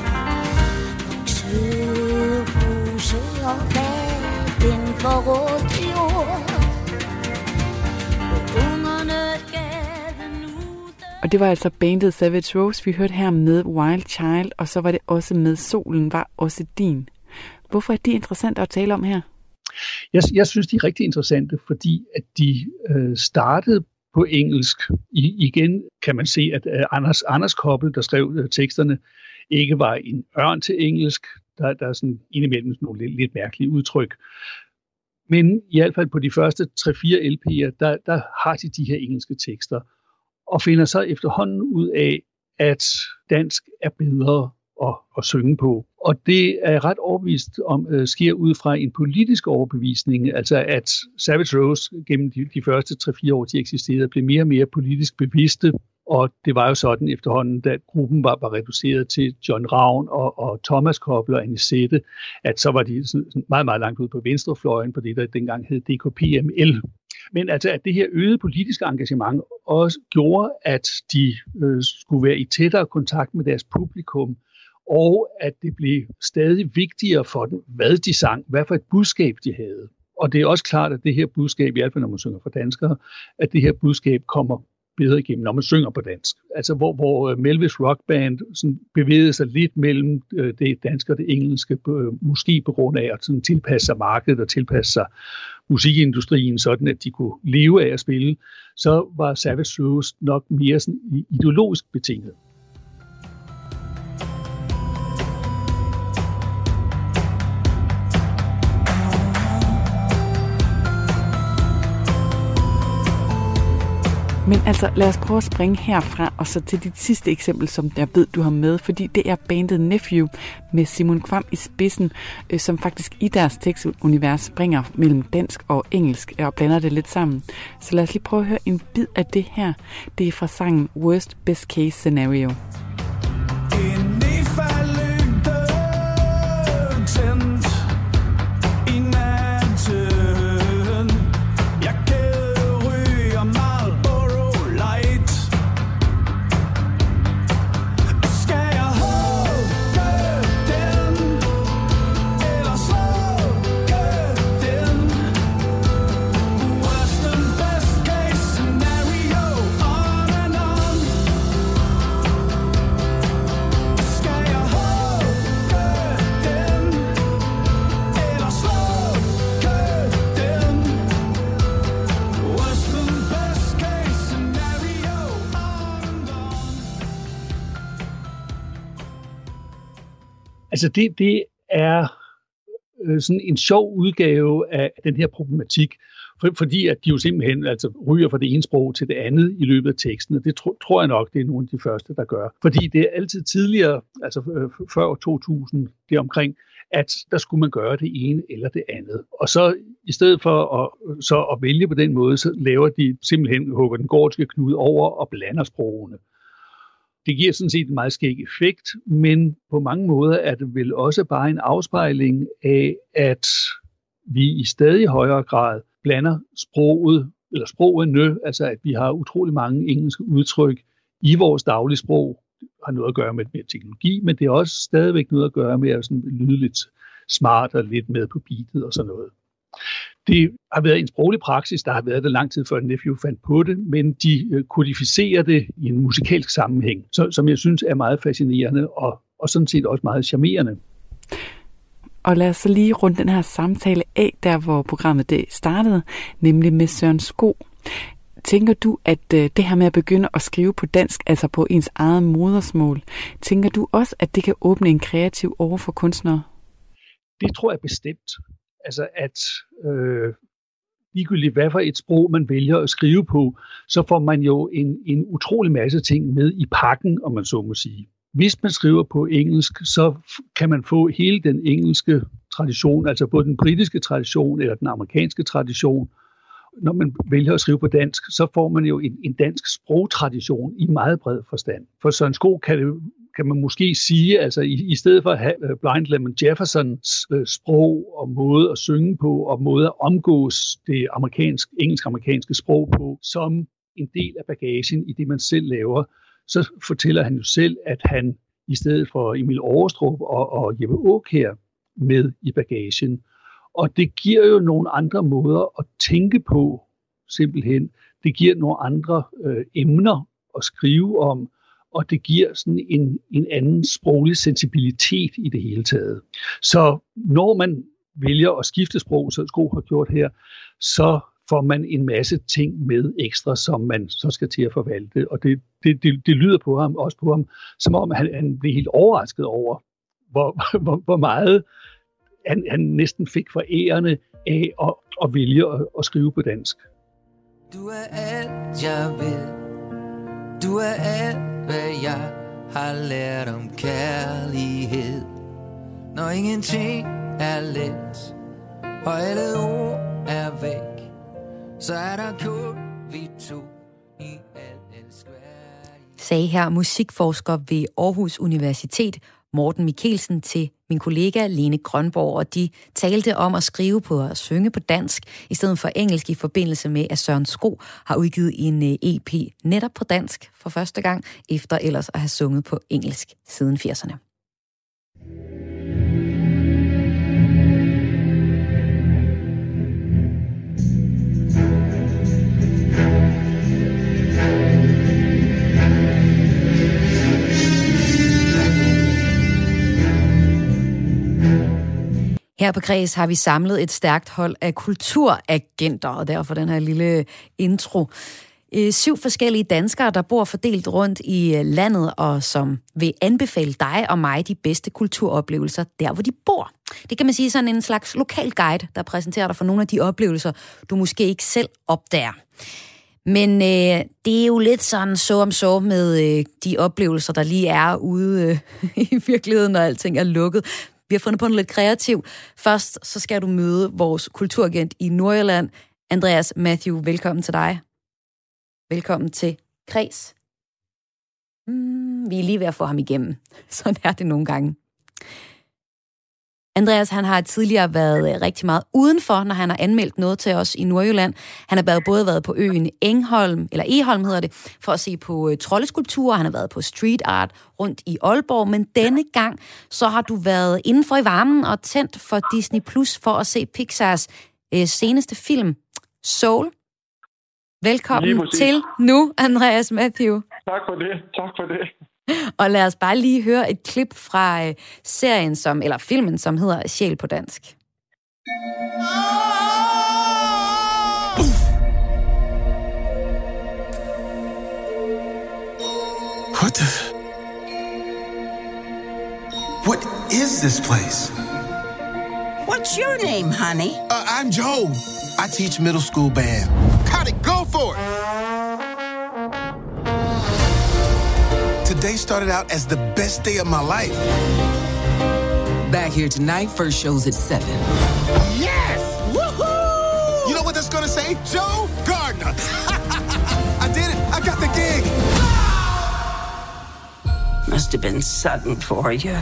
voksehuse og bag den forrådte jord, og ungerne gaden ude. Og det var altså bandet Savage Rose, vi hørte her med Wild Child, og så var det også med Solen var også din. Hvorfor er de interessante at tale om her? Jeg synes, de er rigtig interessante, fordi at de startede på engelsk. Igen kan man se, at Anders Koppel, der skrev teksterne, ikke var en ørn til engelsk. Der er sådan indimellem nogle lidt mærkelige udtryk. Men i hvert fald på de første 3-4 LP'er, der har de her engelske tekster, og finder så efterhånden ud af, at dansk er bedre at synge på. Og det er ret overbevist om, sker ud fra en politisk overbevisning, altså at Savage Rose gennem de første 3-4 år, de eksisterede, blev mere og mere politisk bevidste, og det var jo sådan efterhånden, da gruppen var reduceret til John Ravn og Thomas Koppel og Anisette, at så var de sådan meget, meget langt ude på venstrefløjen på det, der dengang hed DKPML. Men altså, at det her øgede politiske engagement også gjorde, at de skulle være i tættere kontakt med deres publikum, og at det blev stadig vigtigere for dem, hvad de sang, hvad for et budskab de havde. Og det er også klart, at det her budskab, i hvert fald når man synger for danskere, at det her budskab kommer bedre igennem, når man synger på dansk. Altså hvor Melvis Rock Band sådan bevægede sig lidt mellem det danske og det engelske, måske på grund af at sådan tilpasse sig markedet og tilpasse sig musikindustrien, sådan at de kunne leve af at spille, så var Savage Rose nok mere sådan ideologisk betinget. Men altså, lad os prøve at springe herfra og så til dit sidste eksempel, som jeg ved, du har med, fordi det er bandet Nephew med Simon Kvam i spidsen, som faktisk i deres tekstunivers springer mellem dansk og engelsk og blander det lidt sammen. Så lad os lige prøve at høre en bid af det her. Det er fra sangen Worst Best Case Scenario. Altså det er sådan en sjov udgave af den her problematik, fordi at de jo simpelthen ryger fra det ene sprog til det andet i løbet af teksten, og det tror jeg nok, det er nogle af de første, der gør. Fordi det er altid tidligere, altså før 2000, det omkring, at der skulle man gøre det ene eller det andet. Og så i stedet for at vælge på den måde, så laver de simpelthen, hugger den gordiske knude over og blander sprogene. Det giver sådan set en meget skæg effekt, men på mange måder er det vel også bare en afspejling af, at vi i stadig højere grad blander sprogene, altså at vi har utrolig mange engelske udtryk i vores daglige sprog. Det har noget at gøre med teknologi, men det er også stadigvæk noget at gøre med at sådan lyde lidt smart og lidt med på beatet og sådan noget. Det har været en sproglig praksis, der har været det lang tid før Nephew fandt på det, men de kodificerer det i en musikalsk sammenhæng, som jeg synes er meget fascinerende og sådan set også meget charmerende. Og lad os så lige runde den her samtale af, der hvor programmet det startede, nemlig med Søren Sko. Tænker du, at det her med at begynde at skrive på dansk, altså på ens eget modersmål, tænker du også, at det kan åbne en kreativ over for kunstnere? Det tror jeg bestemt. Altså at ligegyldigt hvad for et sprog man vælger at skrive på, så får man jo en utrolig masse ting med i pakken, om man så må sige. Hvis man skriver på engelsk, så kan man få hele den engelske tradition, altså både den britiske tradition eller den amerikanske tradition. Når man vælger at skrive på dansk, så får man jo en dansk sprogtradition i meget bred forstand. For Søren Sko kan man måske sige, altså i stedet for at have Blind Lemon Jeffersons sprog og måde at synge på og måde at omgås det engelsk-amerikanske sprog på som en del af bagagen i det, man selv laver, så fortæller han jo selv, at han i stedet for Emil Aarestrup og Jeppe Aakjær med i bagagen. Og det giver jo nogle andre måder at tænke på, simpelthen. Det giver nogle andre emner at skrive om, og det giver sådan en anden sproglig sensibilitet i det hele taget. Så når man vælger at skifte sprog, som Sko har gjort her, så får man en masse ting med ekstra, som man så skal til at forvalte. Og det lyder på ham, også på ham, som om han blev helt overrasket over, hvor meget han næsten fik forærende af at vælge at skrive på dansk. Du er alt, jeg ved. Du er alt, hvad jeg har lært om kærlighed. Når ingenting er let, og alle ord er væk, så er der kun vi to i al elskværdighed. Sagde her musikforsker ved Aarhus Universitet, Morten Mikkelsen, til min kollega Lene Grønborg, og de talte om at skrive på og synge på dansk, i stedet for engelsk, i forbindelse med, at Søren Sko har udgivet en EP netop på dansk for første gang, efter ellers at have sunget på engelsk siden 80'erne. Her på Kreds har vi samlet et stærkt hold af kulturagenter, og derfor den her lille intro. 7 forskellige danskere, der bor fordelt rundt i landet, og som vil anbefale dig og mig de bedste kulturoplevelser der, hvor de bor. Det kan man sige sådan en slags lokal guide, der præsenterer dig for nogle af de oplevelser, du måske ikke selv opdager. Men det er jo lidt sådan så med de oplevelser, der lige er ude i virkeligheden, når alting er lukket. Vi har fundet på noget lidt kreativt. Først så skal du møde vores kulturagent i Nordjylland, Andreas Matthew. Velkommen til dig. Velkommen til Kreds. Vi er lige ved at få ham igennem. Sådan er det nogle gange. Andreas, han har tidligere været rigtig meget udenfor, når han har anmeldt noget til os i Nordjylland. Han har både været på øen Egholm hedder det, for at se på troldeskulpturer. Han har været på street art rundt i Aalborg, men denne gang så har du været indenfor i varmen og tændt for Disney Plus for at se Pixars seneste film, Soul. Velkommen til nu, Andreas Matthew. Tak for det. Og lad os bare lige høre et klip fra filmen, som hedder Sjæl på dansk. What is this place? What's your name, honey? I'm Joe. I teach middle school band. Cut it, go for it! Today started out as the best day of my life. Back here tonight, first show's at 7. Yes! Woohoo! You know what that's gonna say? Joe Gardner. I did it. I got the gig. Must have been sudden for you.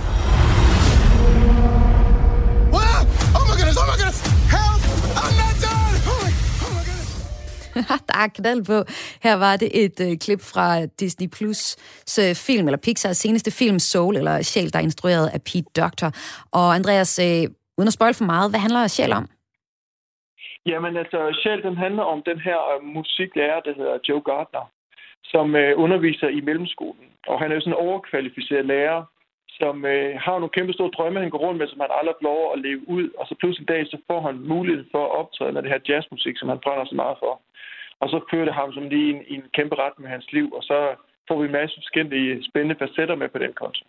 What? Oh my goodness! Oh my goodness! Help! I'm not done! Oh my goodness! Der er knald på. Her var det et klip fra Disney Plus' film, eller Pixars seneste film, Soul, eller Sjæl, der er instrueret af Pete Docter. Og Andreas, uden at spoil for meget, hvad handler Sjæl om? Jamen altså, Sjæl, den handler om den her musiklærer, der hedder Joe Gardner, som underviser i mellemskolen. Og han er jo sådan en overkvalificeret lærer, som har nogle kæmpe store drømme, han går rundt med, som han aldrig får lov at leve ud. Og så pludselig en dag, så får han mulighed for at optræde med det her jazzmusik, som han brænder så meget for. Og så fører det ham som lige i en kæmpe ret med hans liv, og så får vi en masse forskellige spændende facetter med på den konto.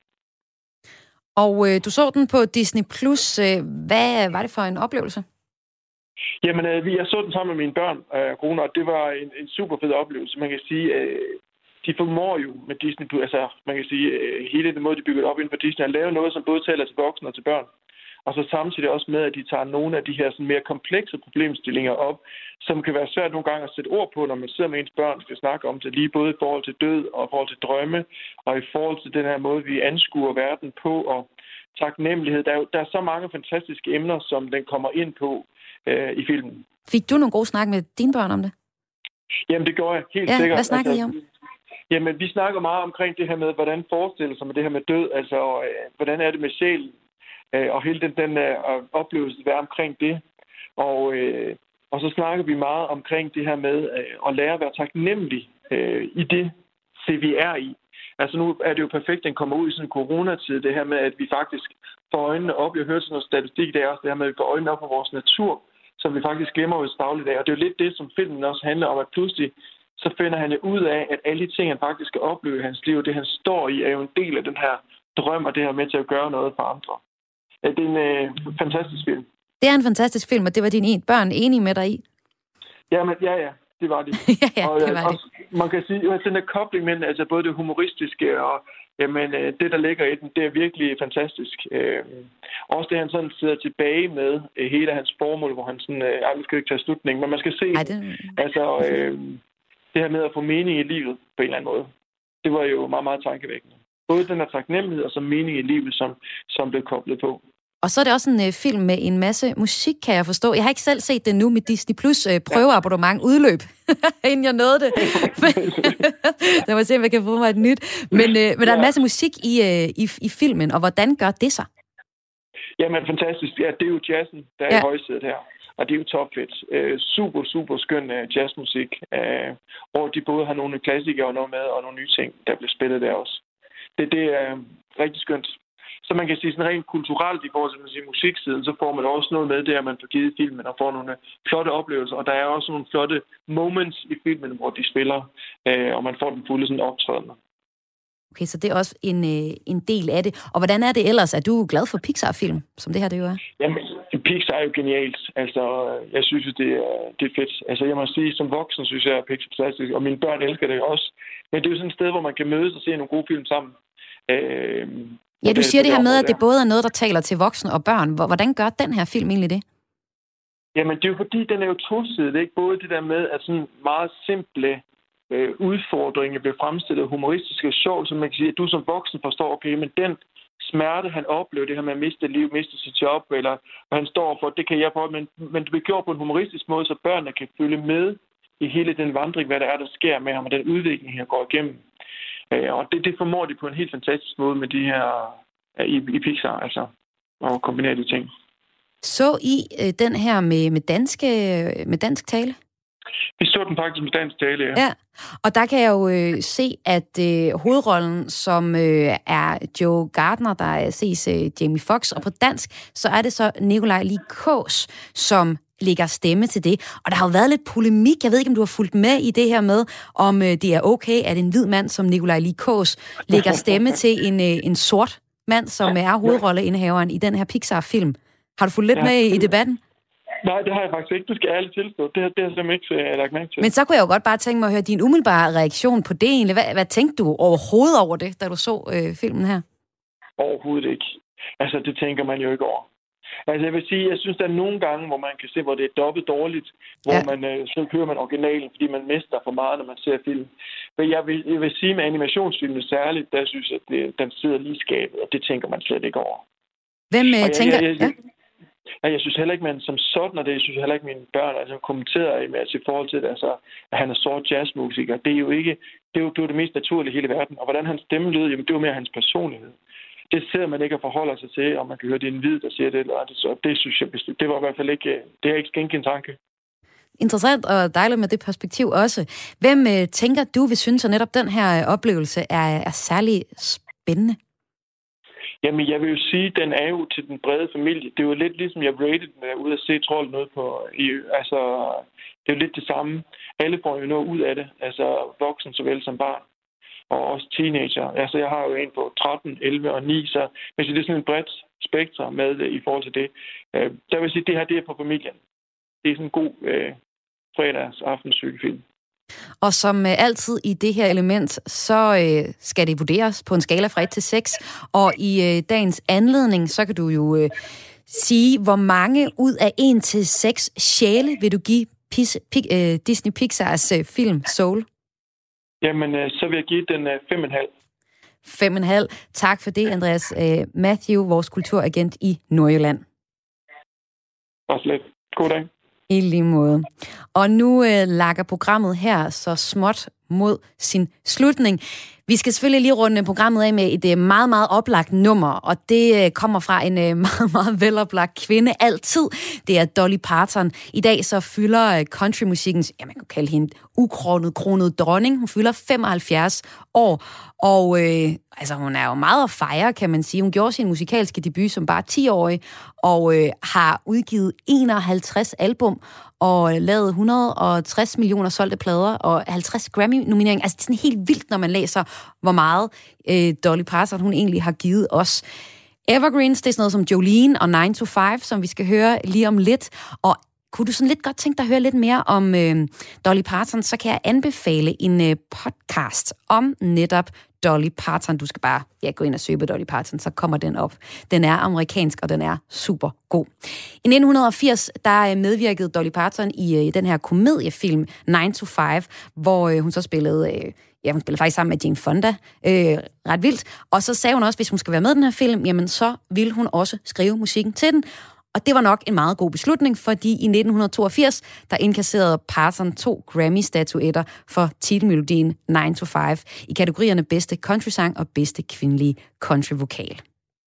Og du så den på Disney Plus. Hvad var det for en oplevelse? Jamen, jeg så den sammen med mine børn, kone, og det var en super fed oplevelse. Man kan sige, de formår jo med Disney Plus, altså man kan sige, hele den måde, de bygger op inden for Disney, at lave noget, som både taler til voksne og til børn. Og så samtidig også med, at de tager nogle af de her sådan mere komplekse problemstillinger op, som kan være svært nogle gange at sætte ord på, når man sidder med ens børn, skal snakke om det, lige både i forhold til død og i forhold til drømme, og i forhold til den her måde, vi anskuer verden på, og taknemmelighed. Der er så mange fantastiske emner, som den kommer ind på i filmen. Fik du nogle gode snak med dine børn om det? Jamen, det gjorde jeg helt sikkert. Hvad snakkede I om? Jamen, vi snakker meget omkring det her med, hvordan forestiller sig med det her med død, altså hvordan er det med sjælen, og hele den oplevelse, der er omkring det. Og så snakker vi meget omkring det her med at lære at være taknemmelig i det CVR i. Altså nu er det jo perfekt, at den kommer ud i sådan en coronatid, det her med, at vi faktisk får øjnene op. Jeg hørte sådan noget statistik, det er også det her med, at vi får øjnene op på vores natur, som vi faktisk glemmer vores dagligdag. Og det er jo lidt det, som filmen også handler om, at pludselig så finder han ud af, at alle de ting, han faktisk skal opleve i hans liv, det han står i, er jo en del af den her drøm, og det her med til at gøre noget for andre. Det er en fantastisk film. Det er en fantastisk film, og det var dine børn enige med dig i? Jamen, ja, det var de. ja, og, det var det. Man kan sige, at den der kobling mellem altså både det humoristiske og det, der ligger i den, det er virkelig fantastisk. Også det, han sådan sidder tilbage med hele hans formål, hvor han sådan, aldrig skal ikke tage slutning, men man skal se, det her med at få mening i livet på en eller anden måde. Det var jo meget, meget tankevækkende. Både den her taknemmelighed og så mening i livet, som blev koblet på. Og så er det også en film med en masse musik, kan jeg forstå. Jeg har ikke selv set det nu med Disney Plus prøveabonnement udløb, inden jeg nåede det. Så må jeg se, om jeg kan få mig et nyt. Men der er en masse musik i filmen, og hvordan gør det sig? Jamen fantastisk. Ja, det er jo jazzen, der er i højsædet her. Og det er jo topfedt. Super, super skøn jazzmusik. Hvor de både har nogle klassikere og noget med, og nogle nye ting, der bliver spillet der også. Det er rigtig skønt. Så man kan sige sådan rent kulturelt i forhold til musiksiden, så får man også noget med det, at man får givet filmen og får nogle flotte oplevelser. Og der er også nogle flotte moments i filmen, hvor de spiller, og man får den fulde sådan optræden. Okay, så det er også en del af det. Og hvordan er det ellers? Er du glad for Pixar-film, som det her det jo er? Jamen, Pixar er jo genialt. Altså, jeg synes, det er fedt. Altså, jeg må sige, som voksen synes jeg, at Pixar er fantastisk, og mine børn elsker det også. Men det er jo sådan et sted, hvor man kan mødes og se nogle gode film sammen. Ja, du siger det her med, at det både er noget, der taler til voksne og børn. Hvordan gør den her film egentlig det? Jamen, det er jo fordi, den er jo tosidig. Det er ikke både det der med, at sådan meget simple udfordringer bliver fremstillet humoristisk og sjovt, så man kan sige, at du som voksen forstår, okay, men den smerte, han oplever, det her med at miste liv, miste sit job, eller hvad han står for, det kan jeg få, men det bliver gjort på en humoristisk måde, så børnene kan følge med i hele den vandring, hvad der er, der sker med ham, og den udvikling, han går igennem. Og det formår de på en helt fantastisk måde med de her i Pixar, altså, og kombinere de ting. Så I den her med dansk tale? Vi så den faktisk med dansk tale, ja. Ja, og der kan jeg jo se, at hovedrollen, som er Joe Gardner, der ses Jamie Foxx, og på dansk, så er det så Nikolaj Lie Kaas, som lægger stemme til det. Og der har jo været lidt polemik. Jeg ved ikke, om du har fulgt med i det her med, om det er okay, at en hvid mand som Nikolaj Lie Kaas lægger stemme til en sort mand, som er hovedrolleindehaveren i den her Pixar-film. Har du fulgt lidt med i debatten? Nej, det har jeg faktisk ikke. Du skal ærligt tilstå. Det har jeg simpelthen ikke lagt mærke til. Men så kunne jeg jo godt bare tænke mig at høre din umiddelbare reaktion på det egentlig. Hvad tænkte du overhovedet over det, da du så filmen her? Overhovedet ikke. Altså, det tænker man jo ikke over. Altså, jeg vil sige, jeg synes, der er nogle gange, hvor man kan se, hvor det er dobbelt dårligt, hvor så kører man originalen, fordi man mister for meget, når man ser film. Men jeg vil sige, med animationsfilmen særligt, der synes jeg, at den sidder lige i skabet, og det tænker man slet ikke over. Hvem tænker... Jeg synes heller ikke, man som sådan, og det synes jeg heller ikke mine børn kommenterer altså, i forhold til det, altså, at han er sort jazzmusiker. Det er jo ikke, det er jo det mest naturlige i hele verden. Og hvordan hans stemme lød, jamen, det er jo mere hans personlighed. Det sidder man ikke og forholder sig til, og man kan høre, det er en hvid, der siger det eller andet. Så det synes jeg, det var i hvert fald ikke, det er ikke skænket en tanke. Interessant og dejligt med det perspektiv også. Hvem tænker du, vi synes, at netop den her oplevelse er særlig spændende? Jamen, jeg vil jo sige, at den er jo til den brede familie. Det er jo lidt ligesom, jeg rated den ud at se trolden noget på. Altså, det er jo lidt det samme. Alle får jo noget ud af det. Altså, voksen såvel som barn. Og også teenager. Altså, jeg har jo en på 13, 11 og 9, så hvis det er sådan en bredt spektrum med i forhold til det. Der vil jeg sige, at det her, det er på familien. Det er sådan en god fredags aftenscykelfilm. Og som altid i det her element, så skal det vurderes på en skala fra 1 til 6. Og i dagens anledning, så kan du jo sige, hvor mange ud af 1 til 6 sjæle vil du give Disney Pixars film Soul? Jamen, så vil jeg give den 5,5. 5,5. Tak for det, Andreas Matthew, vores kulturagent i Nordjylland. Også lidt. God dag. I lige måde. Og nu lakker programmet her så småt mod sin slutning. Vi skal selvfølgelig lige runde programmet af med et meget, meget oplagt nummer, og det kommer fra en meget, meget veloplagt kvinde altid. Det er Dolly Parton. I dag så fylder countrymusikkens, man kan kalde hende ukronet dronning. Hun fylder 75 år, og hun er jo meget at fejre, kan man sige. Hun gjorde sin musikalske debut som bare 10-årig, og har udgivet 51 album, og lavet 160 millioner solgte plader, og 50 Grammy-nomineringer. Altså, det er sådan helt vildt, når man læser, hvor meget Dolly Parton, hun egentlig har givet os. Evergreens, det er sådan noget som Jolene og 9 to 5, som vi skal høre lige om lidt. Og kunne du sådan lidt godt tænke dig at høre lidt mere om Dolly Parton, så kan jeg anbefale en podcast om netop Dolly Parton. Du skal bare gå ind og søge på Dolly Parton, så kommer den op. Den er amerikansk, og den er super god. I 1980, der medvirkede Dolly Parton i den her komediefilm 9 to 5, hvor hun så spillede... hun spillede faktisk sammen med Jane Fonda. Ret vildt. Og så sagde hun også, hvis hun skal være med i den her film, jamen så ville hun også skrive musikken til den. Og det var nok en meget god beslutning, fordi i 1982, der indkasserede Parton 2 Grammy-statuetter for titelmelodien 9 to 5 i kategorierne bedste countrysang og bedste kvindelige countryvokal.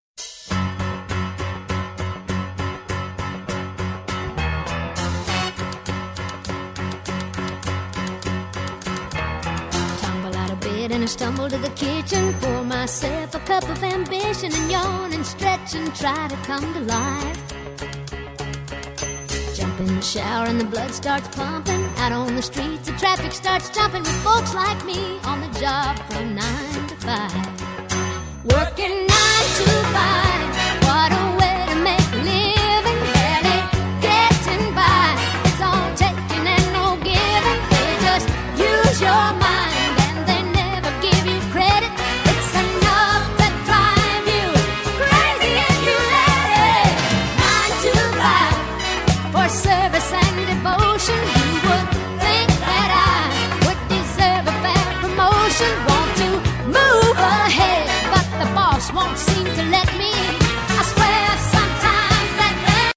And I stumble to the kitchen, pour myself a cup of ambition and yawn and stretch and try to come to life. Jump in the shower and the blood starts pumping. Out on the streets, the traffic starts jumping with folks like me on the job from 9 to 5. Working 9 to 5, what a way to make a living. Barely getting by, it's all taking and no giving. They just use your mind. Won't seem to let me. I swear sometimes that.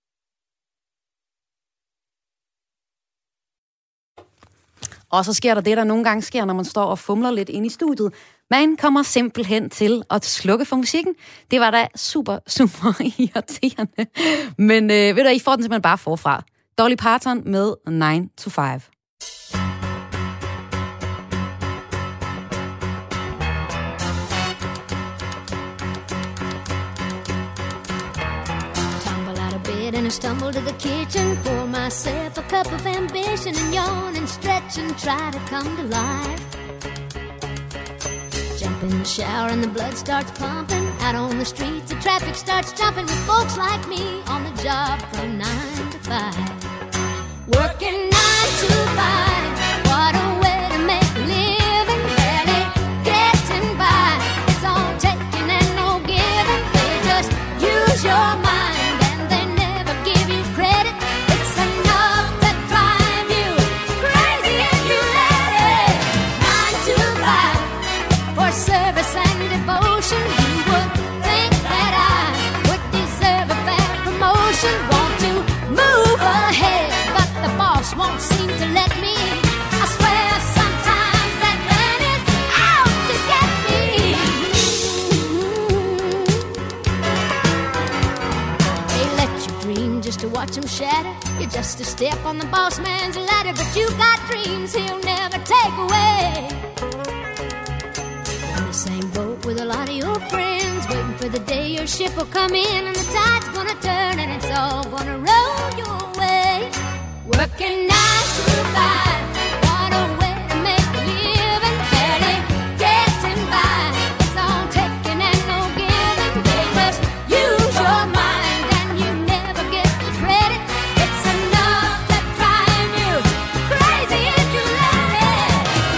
Og så sker der det, der nogle gange sker, når man står og fumler lidt ind i studiet. Man kommer simpelthen til at slukke for musikken. Det var da super, super irriterende. Men ved du, I får den simpelthen bare forfra. Dolly Parton med 9 to 5. And I stumble to the kitchen, pour myself a cup of ambition and yawn and stretch and try to come to life. Jump in the shower and the blood starts pumping. Out on the streets, the traffic starts jumping with folks like me on the job from 9 to 5. Working 9 to 5, what a way to make a living. Barely getting by, it's all taking and no giving. They just use your mind and they never give you credit. It's enough to drive you crazy if you let it. 9 to 5, for service and devotion. You would think that I would deserve a fair promotion. Want to move ahead, but the boss won't seem to let me. I swear sometimes that man is out to get me. They let you dream just to watch him shatter. You're just a step on the boss man's ladder, but you got dreams he'll never take away. In the same boat with a lot of your friends, waiting for the day your ship will come in and the tide's gonna turn and it's all gonna roll your way. Working 9 to 5, what a way to make a living. Barely getting by, it's all taking and no giving. They just use your mind and you never get the credit. It's enough to drive you crazy if you let it.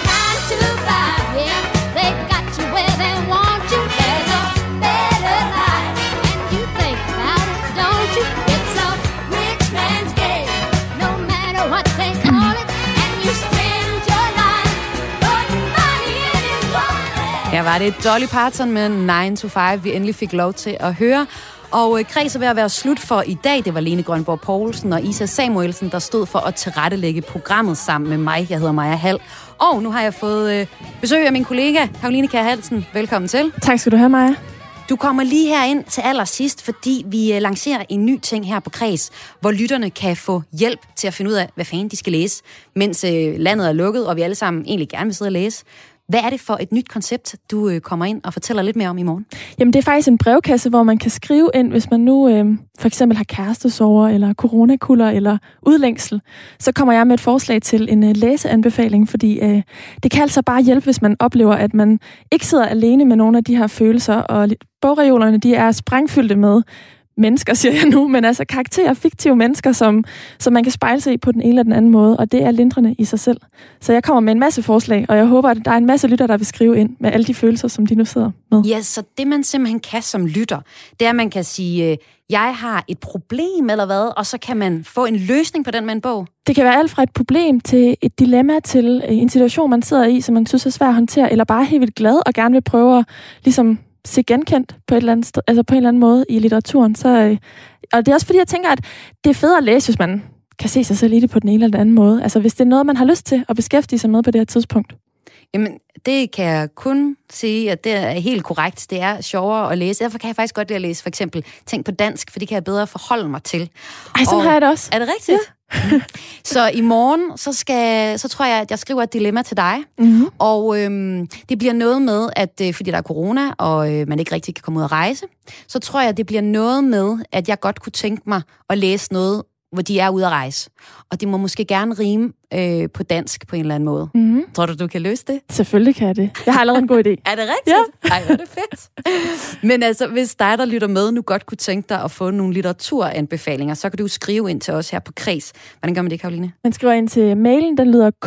9 to 5, yeah, they got you where they want you. There's a better life, and you think about it, don't you? It's a rich man's game, no matter what they call it. And you spend your life putting money in his wallet. Her var det Dolly Parton med 9 to 5, vi endelig fik lov til at høre. Og Kreds er ved at være slut for i dag. Det var Lene Grønborg Poulsen og Isa Samuelsen, der stod for at tilrettelægge programmet sammen med mig. Jeg hedder Maja Hall. Og nu har jeg fået besøg af min kollega, Caroline Kjær Hansen. Velkommen til. Tak skal du have, Maja. Du kommer lige herind til allersidst, fordi vi lancerer en ny ting her på Kreds, hvor lytterne kan få hjælp til at finde ud af, hvad fanden de skal læse, mens landet er lukket, og vi alle sammen egentlig gerne vil sidde og læse. Hvad er det for et nyt koncept, du kommer ind og fortæller lidt mere om i morgen? Jamen, det er faktisk en brevkasse, hvor man kan skrive ind, hvis man nu for eksempel har kærestesorger, eller coronakulder, eller udlængsel. Så kommer jeg med et forslag til en læseanbefaling, fordi det kan altså bare hjælpe, hvis man oplever, at man ikke sidder alene med nogle af de her følelser, og bogreolerne, de er sprængfyldte med mennesker, siger jeg nu, men altså karakterer, fiktive mennesker, som man kan spejle sig i på den ene eller den anden måde, og det er lindrende i sig selv. Så jeg kommer med en masse forslag, og jeg håber, at der er en masse lytter, der vil skrive ind med alle de følelser, som de nu sidder med. Ja, så det man simpelthen kan som lytter, det er, at man kan sige, jeg har et problem eller hvad, og så kan man få en løsning på den med en bog. Det kan være alt fra et problem til et dilemma til en situation, man sidder i, som man synes er svært at håndtere, eller bare helt vildt glad og gerne vil prøve at ligesom se genkendt på et eller andet sted, altså på en eller anden måde i litteraturen. Så, og det er også fordi, jeg tænker, at det er federe at læse, hvis man kan se sig selv i det på den ene eller den anden måde. Altså hvis det er noget, man har lyst til at beskæftige sig med på det her tidspunkt. Jamen, det kan jeg kun sige, at det er helt korrekt. Det er sjovere at læse. Derfor kan jeg faktisk godt lide at læse for eksempel ting på dansk, for det kan jeg bedre forholde mig til. Ej, sådan har jeg det også. Er det rigtigt? Ja. Så i morgen, så tror jeg, at jeg skriver et dilemma til dig. Mm-hmm. Og det bliver noget med, at fordi der er corona, og man ikke rigtig kan komme ud og rejse, så tror jeg, det bliver noget med, at jeg godt kunne tænke mig at læse noget, hvor de er ude at rejse. Og det må måske gerne rime på dansk på en eller anden måde. Mm-hmm. Tror du kan løse det? Selvfølgelig kan jeg det. Jeg har allerede en god idé. Er det rigtigt? Ja. Ej, hvor er det fedt. Men altså, hvis dig, der lytter med, nu godt kunne tænke dig at få nogle litteraturanbefalinger, så kan du skrive ind til os her på Kreds. Hvordan gør man det, Caroline? Man skriver ind til mailen, den lyder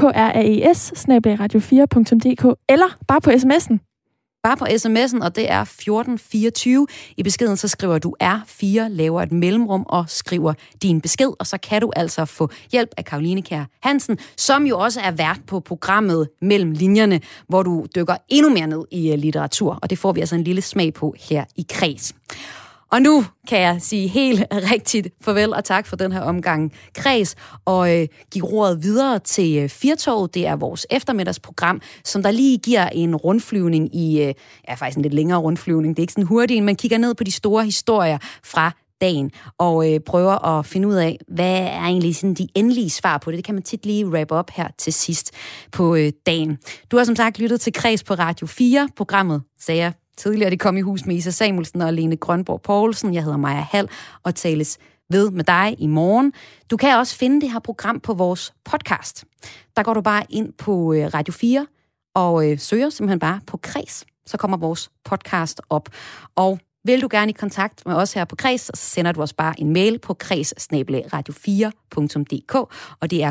kraes@radio4.dk, eller bare på sms'en. Bare på sms'en, og det er 1424. I beskeden så skriver du R4, laver et mellemrum og skriver din besked, og så kan du altså få hjælp af Caroline Kjær Hansen, som jo også er vært på programmet Mellem Linjerne, hvor du dykker endnu mere ned i litteratur, og det får vi altså en lille smag på her i Kreds. Og nu kan jeg sige helt rigtigt farvel og tak for den her omgang Kreds, og give ordet videre til Firtoget. Det er vores eftermiddagsprogram, som der lige giver en rundflyvning i, faktisk en lidt længere rundflyvning. Det er ikke sådan hurtigt, man kigger ned på de store historier fra dagen, og prøver at finde ud af, hvad er egentlig sådan de endelige svar på det. Det kan man tit lige wrap op her til sidst på dagen. Du har som sagt lyttet til Kreds på Radio 4. Programmet, sagde jeg tidligere, det kom i hus med Isa Samuelsen og Lene Grønborg Poulsen. Jeg hedder Maja Hall og tales ved med dig i morgen. Du kan også finde det her program på vores podcast. Der går du bare ind på Radio 4 og søger simpelthen bare på Kreds. Så kommer vores podcast op. Og Vil du gerne i kontakt med os her på Kreds, så sender du os bare en mail på kreds@radio4.dk, og det er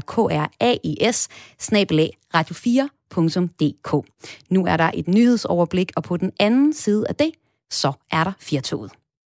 KRAIS@radio4.dk. Nu er der et nyhedsoverblik, og på den anden side af det, så er der Firtoget.